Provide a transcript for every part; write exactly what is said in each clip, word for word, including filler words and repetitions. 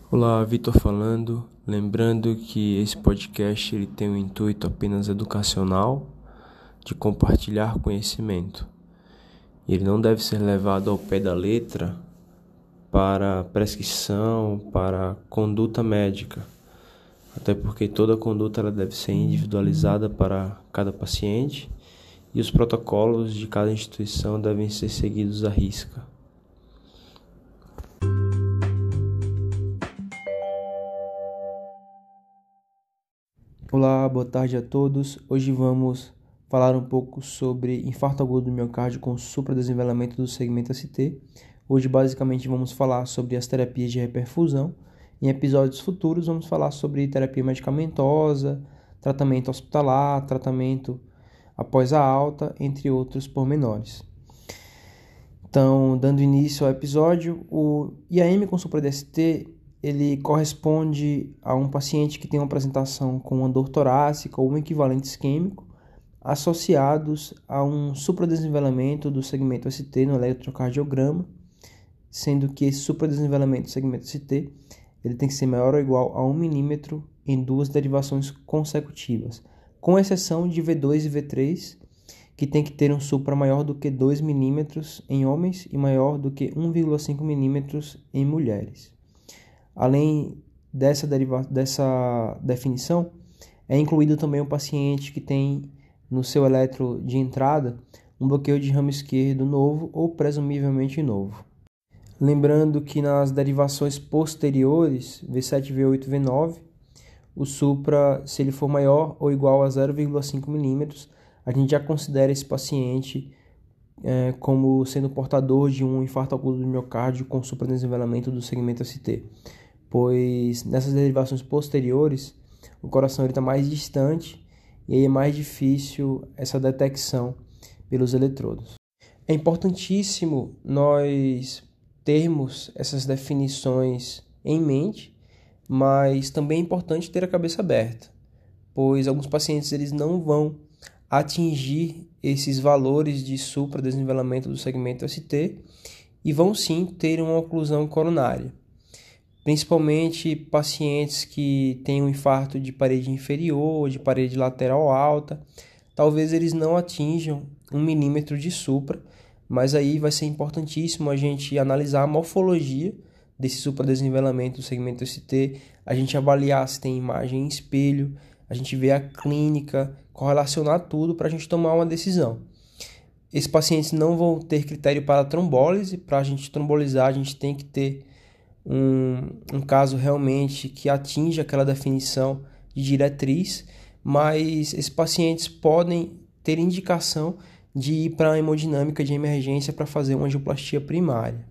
Olá, Vitor falando. Lembrando que esse podcast ele tem um intuito apenas educacional, de compartilhar conhecimento. Ele não deve ser levado ao pé da letra para prescrição, para conduta médica, até porque toda conduta ela deve ser individualizada para cada paciente e os protocolos de cada instituição devem ser seguidos à risca. Olá, boa tarde a todos. Hoje vamos falar um pouco sobre infarto agudo do miocárdio com supradesnivelamento do segmento S T. Hoje, basicamente, vamos falar sobre as terapias de reperfusão. Em episódios futuros, vamos falar sobre terapia medicamentosa, tratamento hospitalar, tratamento após a alta, entre outros pormenores. Então, dando início ao episódio, o I A M com supra-D S T ele corresponde a um paciente que tem uma apresentação com uma dor torácica ou um equivalente isquêmico associados a um supradesnivelamento do segmento S T no eletrocardiograma, sendo que esse supradesnivelamento do segmento S T ele tem que ser maior ou igual a um milímetro em duas derivações consecutivas, com exceção de V dois e V três, que tem que ter um supra maior do que dois milímetros em homens e maior do que um vírgula cinco milímetros em mulheres. Além dessa, deriva- dessa definição, é incluído também o paciente que tem no seu eletro de entrada um bloqueio de ramo esquerdo novo ou presumivelmente novo. Lembrando que nas derivações posteriores, V sete, V oito, V nove, o supra, se ele for maior ou igual a zero vírgula cinco milímetros, a gente já considera esse paciente é, como sendo portador de um infarto agudo do miocárdio com supradesnivelamento do segmento S T. Pois nessas derivações posteriores o coração está mais distante e aí é mais difícil essa detecção pelos eletrodos. É importantíssimo nós termos essas definições em mente, mas também é importante ter a cabeça aberta, pois alguns pacientes eles não vão atingir esses valores de supradesnivelamento do segmento S T e vão sim ter uma oclusão coronária. Principalmente pacientes que têm um infarto de parede inferior, de parede lateral alta, talvez eles não atinjam um milímetro de supra, mas aí vai ser importantíssimo a gente analisar a morfologia desse supradesnivelamento do segmento S T, a gente avaliar se tem imagem em espelho, a gente ver a clínica, correlacionar tudo para a gente tomar uma decisão. Esses pacientes não vão ter critério para trombólise, para a gente trombolizar a gente tem que ter Um, um caso realmente que atinge aquela definição de diretriz, mas esses pacientes podem ter indicação de ir para a hemodinâmica de emergência para fazer uma angioplastia primária.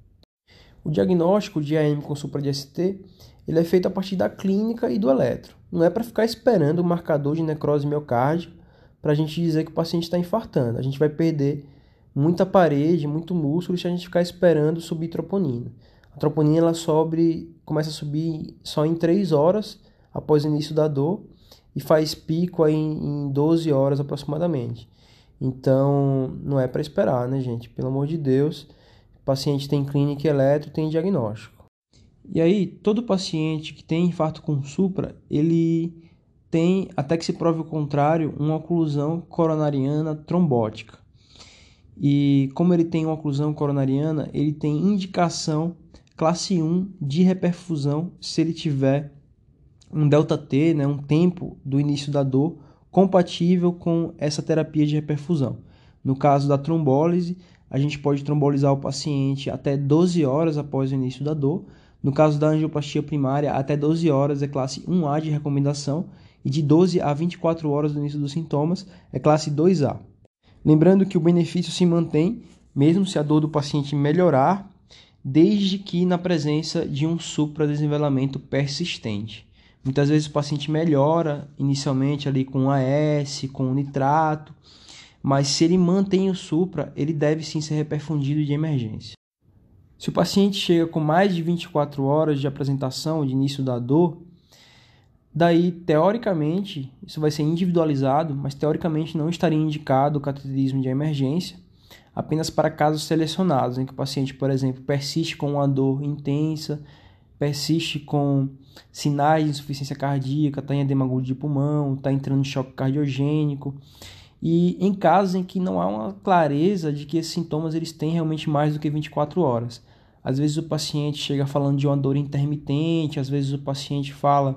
O diagnóstico de I A M com supra-D S T ele é feito a partir da clínica e do eletro. Não é para ficar esperando o marcador de necrose miocárdica para a gente dizer que o paciente está infartando. A gente vai perder muita parede, muito músculo se a gente ficar esperando subir troponina. A troponina ela sobe, começa a subir só em três horas após o início da dor e faz pico aí em doze horas aproximadamente. Então, não é para esperar, né, gente? Pelo amor de Deus, o paciente tem clínica e eletro, tem diagnóstico. E aí, todo paciente que tem infarto com supra, ele tem, até que se prove o contrário, uma oclusão coronariana trombótica. E como ele tem uma oclusão coronariana, ele tem indicação classe um de reperfusão se ele tiver um delta T, né, um tempo do início da dor compatível com essa terapia de reperfusão. No caso da trombólise, a gente pode trombolizar o paciente até doze horas após o início da dor. No caso da angioplastia primária, até doze horas é classe um A de recomendação e de doze a vinte e quatro horas do início dos sintomas é classe dois A. Lembrando que o benefício se mantém mesmo se a dor do paciente melhorar, desde que na presença de um supradesnivelamento persistente. Muitas vezes o paciente melhora inicialmente ali com A S, com nitrato, mas se ele mantém o supra, ele deve sim ser reperfundido de emergência. Se o paciente chega com mais de vinte e quatro horas de apresentação, de início da dor, daí, teoricamente, isso vai ser individualizado, mas teoricamente não estaria indicado o cateterismo de emergência, apenas para casos selecionados, em que o paciente, por exemplo, persiste com uma dor intensa, persiste com sinais de insuficiência cardíaca, está em edema agudo de pulmão, está entrando em choque cardiogênico, e em casos em que não há uma clareza de que esses sintomas eles têm realmente mais do que vinte e quatro horas. Às vezes o paciente chega falando de uma dor intermitente, às vezes o paciente fala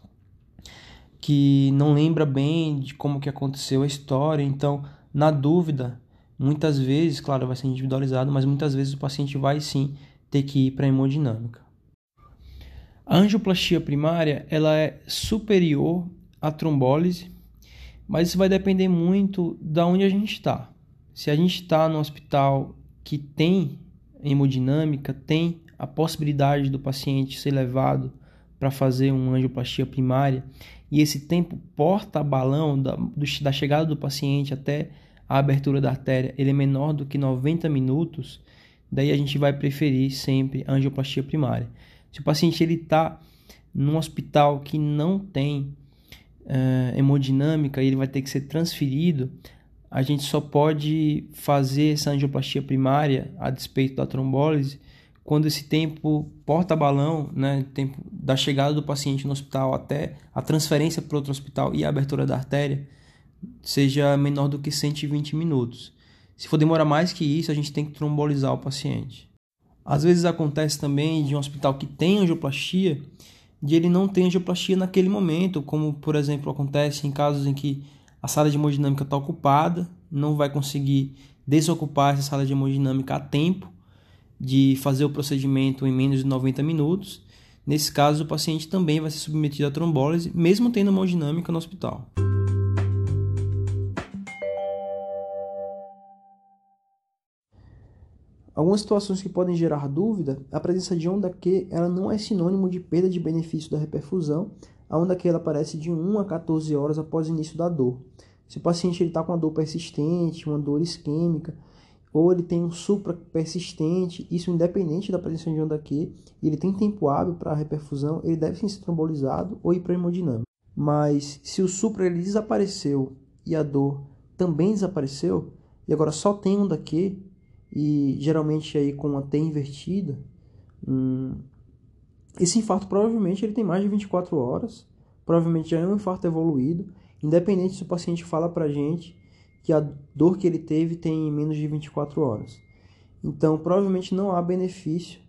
que não lembra bem de como que aconteceu a história. Então, na dúvida, muitas vezes, claro, vai ser individualizado, mas muitas vezes o paciente vai sim ter que ir para a hemodinâmica. A angioplastia primária ela é superior à trombólise, mas isso vai depender muito de onde a gente está. Se a gente está no hospital que tem hemodinâmica, tem a possibilidade do paciente ser levado para fazer uma angioplastia primária, e esse tempo porta-balão da, da chegada do paciente até a abertura da artéria ele é menor do que noventa minutos, daí a gente vai preferir sempre a angioplastia primária. Se o paciente está num hospital que não tem uh, hemodinâmica e ele vai ter que ser transferido, a gente só pode fazer essa angioplastia primária a despeito da trombólise quando esse tempo porta-balão, né, tempo da chegada do paciente no hospital até a transferência para outro hospital e a abertura da artéria seja menor do que cento e vinte minutos. Se for demorar mais que isso, a gente tem que trombolizar o paciente. Às vezes acontece também de um hospital que tem angioplastia, de ele não ter angioplastia naquele momento, como por exemplo acontece em casos em que a sala de hemodinâmica está ocupada, não vai conseguir desocupar essa sala de hemodinâmica a tempo de fazer o procedimento em menos de noventa minutos. Nesse caso, o paciente também vai ser submetido à trombólise, mesmo tendo hemodinâmica no hospital. Algumas situações que podem gerar dúvida, a presença de onda Q ela não é sinônimo de perda de benefício da reperfusão. A onda Q ela aparece de uma a quatorze horas após o início da dor. Se o paciente está com uma dor persistente, uma dor isquêmica, ou ele tem um supra persistente, isso independente da presença de onda Q, e ele tem tempo hábil para a reperfusão, ele deve ser trombolizado ou ir para a hemodinâmica. Mas se o supra ele desapareceu e a dor também desapareceu, e agora só tem onda Q, e geralmente aí com a T invertida, hum, esse infarto provavelmente ele tem mais de vinte e quatro horas, provavelmente já é um infarto evoluído, independente se o paciente fala para a gente que a dor que ele teve tem menos de vinte e quatro horas. Então, provavelmente não há benefício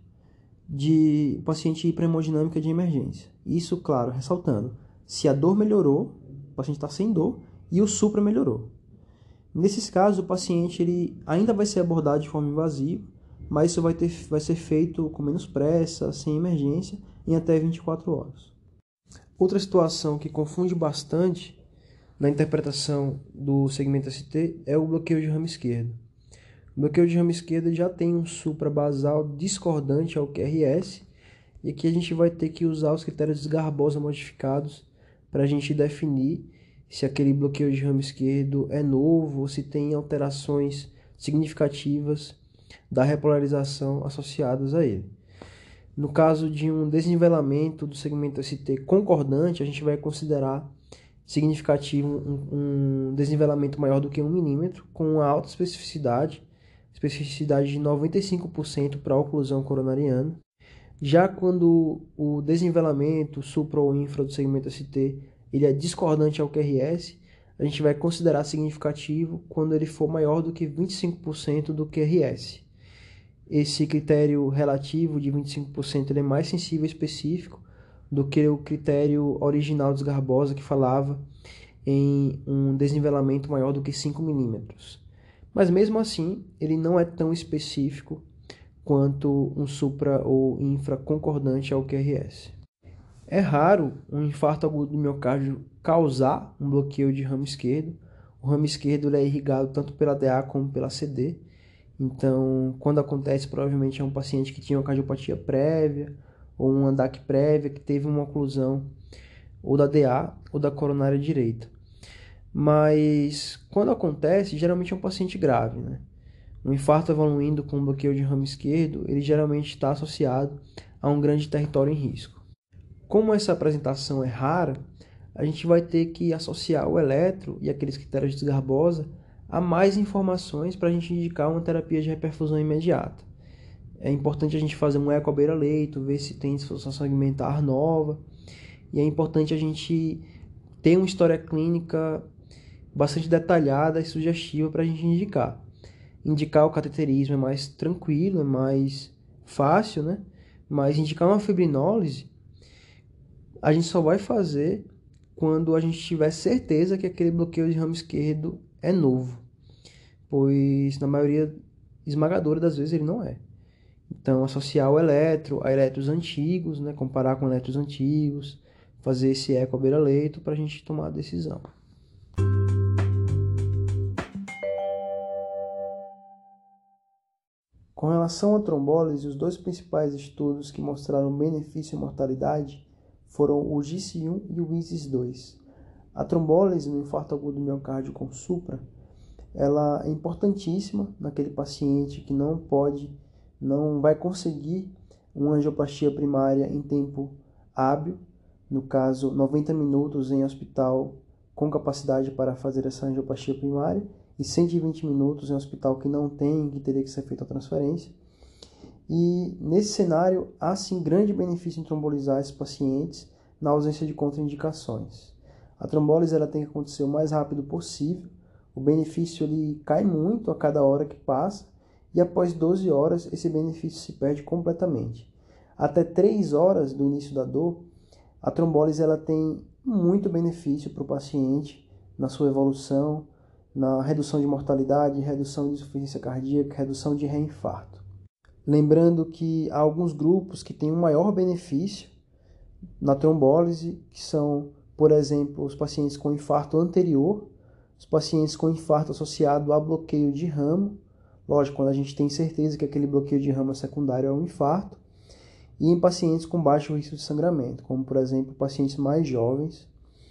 de o paciente ir para hemodinâmica de emergência. Isso, claro, ressaltando, se a dor melhorou, o paciente está sem dor e o supra melhorou. Nesses casos, o paciente ele ainda vai ser abordado de forma invasiva, mas isso vai, ter, vai ser feito com menos pressa, sem emergência, em até vinte e quatro horas. Outra situação que confunde bastante na interpretação do segmento S T é o bloqueio de ramo esquerdo. O bloqueio de ramo esquerdo já tem um suprabasal discordante ao Q R S, e aqui a gente vai ter que usar os critérios de Garbosa modificados para a gente definir se aquele bloqueio de ramo esquerdo é novo ou se tem alterações significativas da repolarização associadas a ele. No caso de um desnivelamento do segmento S T concordante, a gente vai considerar significativo um, um desnivelamento maior do que um milímetro, com uma alta especificidade, especificidade de noventa e cinco por cento para a oclusão coronariana. Já quando o desnivelamento supra ou infra do segmento S T ele é discordante ao Q R S, a gente vai considerar significativo quando ele for maior do que vinte e cinco por cento do Q R S. Esse critério relativo de vinte e cinco por cento ele é mais sensível e específico do que o critério original dos Garbosa, que falava em um desnivelamento maior do que cinco milímetros. Mas mesmo assim, ele não é tão específico quanto um supra ou infra concordante ao Q R S. É raro um infarto agudo do miocárdio causar um bloqueio de ramo esquerdo. O ramo esquerdo ele é irrigado tanto pela D A como pela C D. Então, quando acontece, provavelmente é um paciente que tinha uma cardiopatia prévia ou uma D A C prévia, que teve uma oclusão ou da D A ou da coronária direita. Mas, quando acontece, geralmente é um paciente grave, né? Um infarto evoluindo com bloqueio de ramo esquerdo, ele geralmente está associado a um grande território em risco. Como essa apresentação é rara, a gente vai ter que associar o eletro e aqueles critérios de Garbosa a mais informações para a gente indicar uma terapia de reperfusão imediata. É importante a gente fazer um eco à beira-leito, ver se tem disfunção segmentar nova. E é importante a gente ter uma história clínica bastante detalhada e sugestiva para a gente indicar. Indicar o cateterismo é mais tranquilo, é mais fácil, né? Mas indicar uma fibrinólise, a gente só vai fazer quando a gente tiver certeza que aquele bloqueio de ramo esquerdo é novo, pois na maioria esmagadora das vezes ele não é. Então, associar o eletro a eletros antigos, né? Comparar com eletros antigos, fazer esse eco à beira-leito para a gente tomar a decisão. Com relação à trombólise, os dois principais estudos que mostraram benefício e mortalidade foram o G I S um e o I S I S dois. A trombólise no infarto agudo do miocárdio com supra, ela é importantíssima naquele paciente que não pode, não vai conseguir uma angioplastia primária em tempo hábil, no caso noventa minutos em hospital com capacidade para fazer essa angioplastia primária, e cento e vinte minutos em hospital que não tem, que teria que ser feita a transferência. E nesse cenário, há sim grande benefício em trombolizar esses pacientes na ausência de contraindicações. A trombólise ela tem que acontecer o mais rápido possível, o benefício ele cai muito a cada hora que passa, e após doze horas esse benefício se perde completamente. Até três horas do início da dor, a trombólise ela tem muito benefício para o paciente na sua evolução, na redução de mortalidade, redução de insuficiência cardíaca, redução de reinfarto. Lembrando que há alguns grupos que têm um maior benefício na trombólise, que são, por exemplo, os pacientes com infarto anterior, os pacientes com infarto associado a bloqueio de ramo, lógico, quando a gente tem certeza que aquele bloqueio de ramo secundário é um infarto, e em pacientes com baixo risco de sangramento, como, por exemplo, pacientes mais jovens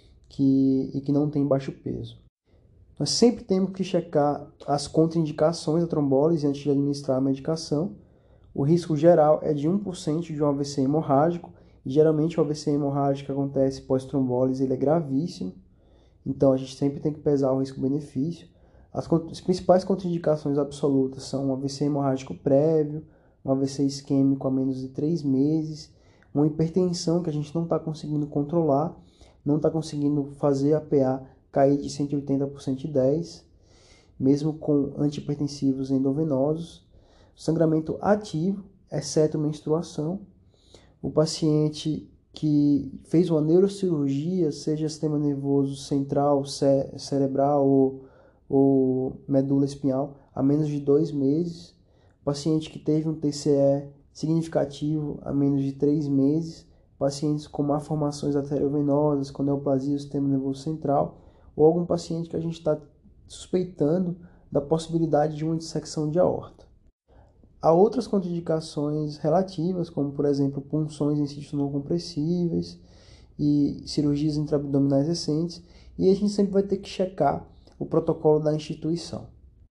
que, e que não têm baixo peso. Nós sempre temos que checar as contraindicações da trombólise antes de administrar a medicação. O risco geral é de um por cento de um A V C hemorrágico, e geralmente o A V C hemorrágico que acontece pós-trombólise ele é gravíssimo, então a gente sempre tem que pesar o risco-benefício. As, as principais contraindicações absolutas são um A V C hemorrágico prévio, um A V C isquêmico a menos de três meses, uma hipertensão que a gente não está conseguindo controlar, não está conseguindo fazer a P A cair de cento e oitenta por cento de dez, mesmo com antihipertensivos endovenosos, sangramento ativo, exceto menstruação, o paciente que fez uma neurocirurgia, seja sistema nervoso central, cé- cerebral ou, ou medula espinhal, há menos de dois meses, paciente que teve um T C E significativo há menos de três meses, pacientes com malformações arteriovenosas, com neoplasia do sistema nervoso central, ou algum paciente que a gente está suspeitando da possibilidade de uma dissecção de aorta. Há outras contraindicações relativas, como, por exemplo, punções em sítios não compressíveis e cirurgias intraabdominais recentes, e a gente sempre vai ter que checar o protocolo da instituição.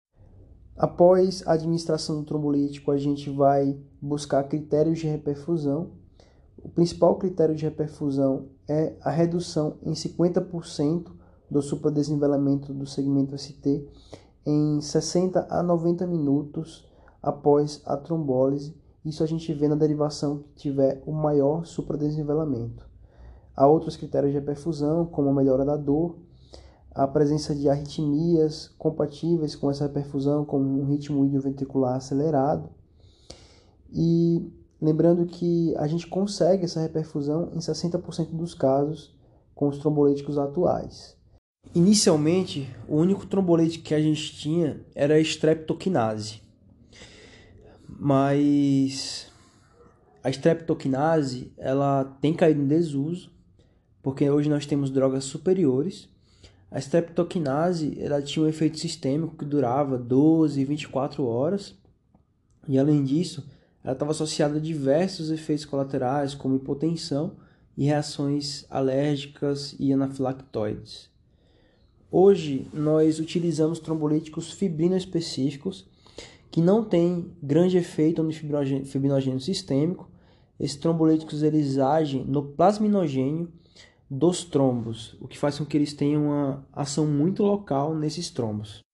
Após a administração do trombolítico, a gente vai buscar critérios de reperfusão. O principal critério de reperfusão é a redução em cinquenta por cento do supradesnivelamento do segmento S T em sessenta a noventa minutos após a trombólise. Isso a gente vê na derivação que tiver o maior supradesnivelamento. Há outros critérios de reperfusão, como a melhora da dor, a presença de arritmias compatíveis com essa reperfusão, como um ritmo idioventricular acelerado. E lembrando que a gente consegue essa reperfusão em sessenta por cento dos casos com os trombolíticos atuais. Inicialmente, o único trombolítico que a gente tinha era a streptokinase. Mas a streptokinase ela tem caído em desuso, porque hoje nós temos drogas superiores. A streptokinase ela tinha um efeito sistêmico que durava doze, vinte e quatro horas. E além disso, ela estava associada a diversos efeitos colaterais, como hipotensão e reações alérgicas e anafilactoides. Hoje, nós utilizamos trombolíticos fibrinoespecíficos que não têm grande efeito no fibrinogênio sistêmico. Esses trombolíticos eles agem no plasminogênio dos trombos, o que faz com que eles tenham uma ação muito local nesses trombos.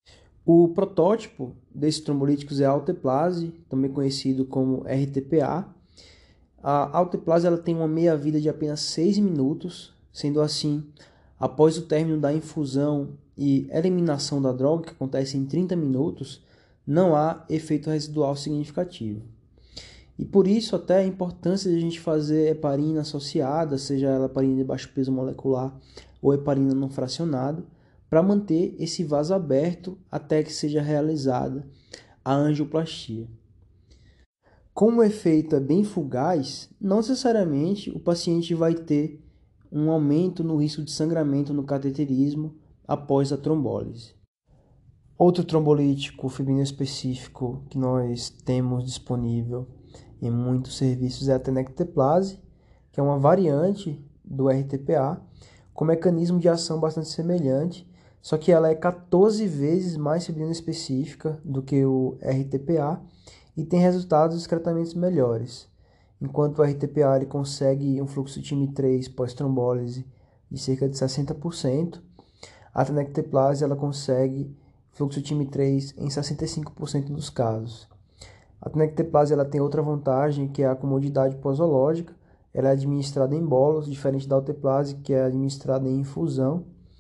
O protótipo desses trombolíticos é a alteplase, também conhecido como R T P A. A alteplase ela tem uma meia-vida de apenas seis minutos, sendo assim, após o término da infusão e eliminação da droga, que acontece em trinta minutos, não há efeito residual significativo. E por isso até a importância de a gente fazer heparina associada, seja ela heparina de baixo peso molecular ou heparina não fracionada, para manter esse vaso aberto até que seja realizada a angioplastia. Como o efeito é bem fugaz, não necessariamente o paciente vai ter um aumento no risco de sangramento no cateterismo após a trombólise. Outro trombolítico fibrinoespecífico que nós temos disponível em muitos serviços é a tenecteplase, que é uma variante do R T P A, com mecanismo de ação bastante semelhante, só que ela é quatorze vezes mais fibrinoespecífica do que o R T P A e tem resultados discretamente melhores. Enquanto o R T P A ele consegue um fluxo T I M três pós-trombólise de cerca de sessenta por cento, a tenecteplase ela consegue fluxo T I M três em sessenta e cinco por cento dos casos. A tenecteplase ela tem outra vantagem, que é a comodidade posológica. Ela é administrada em bolos, diferente da alteplase, que é administrada em infusão.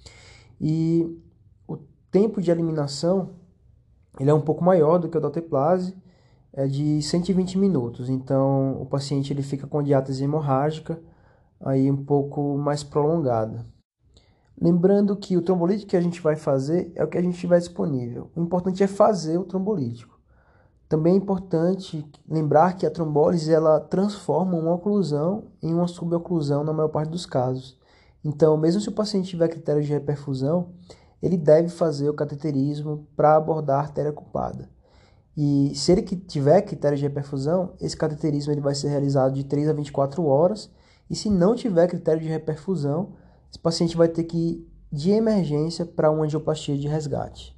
E o tempo de eliminação ele é um pouco maior do que o da alteplase, é de cento e vinte minutos. Então, o paciente ele fica com diátese hemorrágica aí um pouco mais prolongada. Lembrando que o trombolítico que a gente vai fazer é o que a gente tiver disponível. O importante é fazer o trombolítico. Também é importante lembrar que a trombólise ela transforma uma oclusão em uma suboclusão na maior parte dos casos. Então, mesmo se o paciente tiver critério de reperfusão, ele deve fazer o cateterismo para abordar a artéria ocupada. E se ele tiver critério de reperfusão, esse cateterismo ele vai ser realizado de três a vinte e quatro horas. E se não tiver critério de reperfusão, esse paciente vai ter que ir de emergência para uma angioplastia de resgate.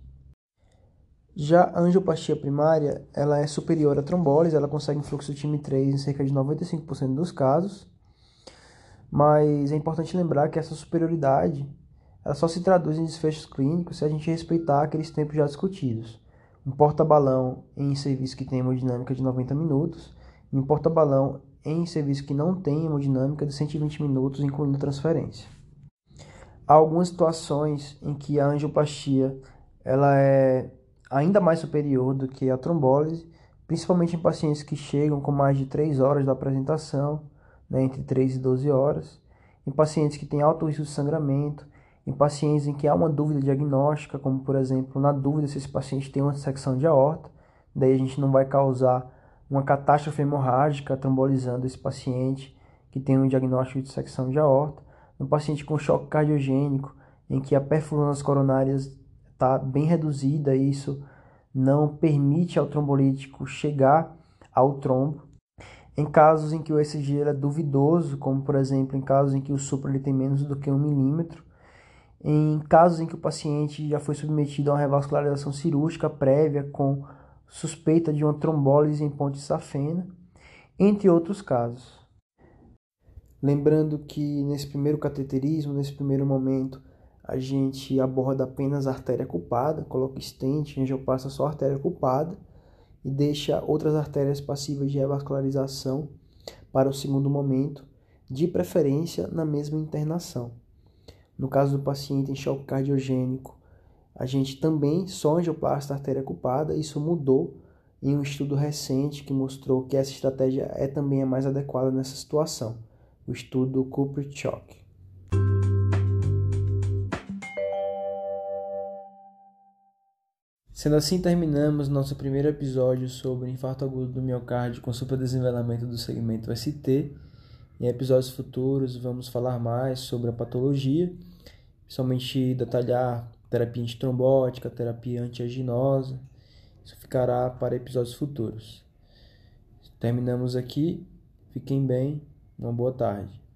Já a angioplastia primária, ela é superior à trombólise, ela consegue um fluxo T I M três em cerca de noventa e cinco por cento dos casos, mas é importante lembrar que essa superioridade ela só se traduz em desfechos clínicos se a gente respeitar aqueles tempos já discutidos. Um porta-balão em serviço que tem hemodinâmica de noventa minutos, e um porta-balão em serviço que não tem hemodinâmica de cento e vinte minutos, incluindo transferência. Há algumas situações em que a angioplastia ela é ainda mais superior do que a trombólise, principalmente em pacientes que chegam com mais de três horas da apresentação, né, entre três e doze horas, em pacientes que têm alto risco de sangramento, em pacientes em que há uma dúvida diagnóstica, como por exemplo, na dúvida se esse paciente tem uma dissecção de aorta, daí a gente não vai causar uma catástrofe hemorrágica trombolizando esse paciente que tem um diagnóstico de dissecção de aorta, no paciente com choque cardiogênico, em que a perfusão das coronárias está bem reduzida, e isso não permite ao trombolítico chegar ao trombo. Em casos em que o E C G é duvidoso, como por exemplo em casos em que o supra ele tem menos do que um milímetro, em casos em que o paciente já foi submetido a uma revascularização cirúrgica prévia com suspeita de uma trombólise em ponte safena, entre outros casos. Lembrando que nesse primeiro cateterismo, nesse primeiro momento, a gente aborda apenas a artéria ocupada, coloca stent, angiopasta só a artéria ocupada e deixa outras artérias passivas de revascularização para o segundo momento, de preferência na mesma internação. No caso do paciente em choque cardiogênico, a gente também só angioplasta a artéria ocupada. Isso mudou em um estudo recente que mostrou que essa estratégia é também a mais adequada nessa situação, o estudo Cooper-Chock. Sendo assim, terminamos nosso primeiro episódio sobre infarto agudo do miocárdio com supradesnivelamento do segmento S T. Em episódios futuros vamos falar mais sobre a patologia, principalmente detalhar terapia antitrombótica, terapia antiaginosa. Isso ficará para episódios futuros. Terminamos aqui. Fiquem bem. Uma boa tarde.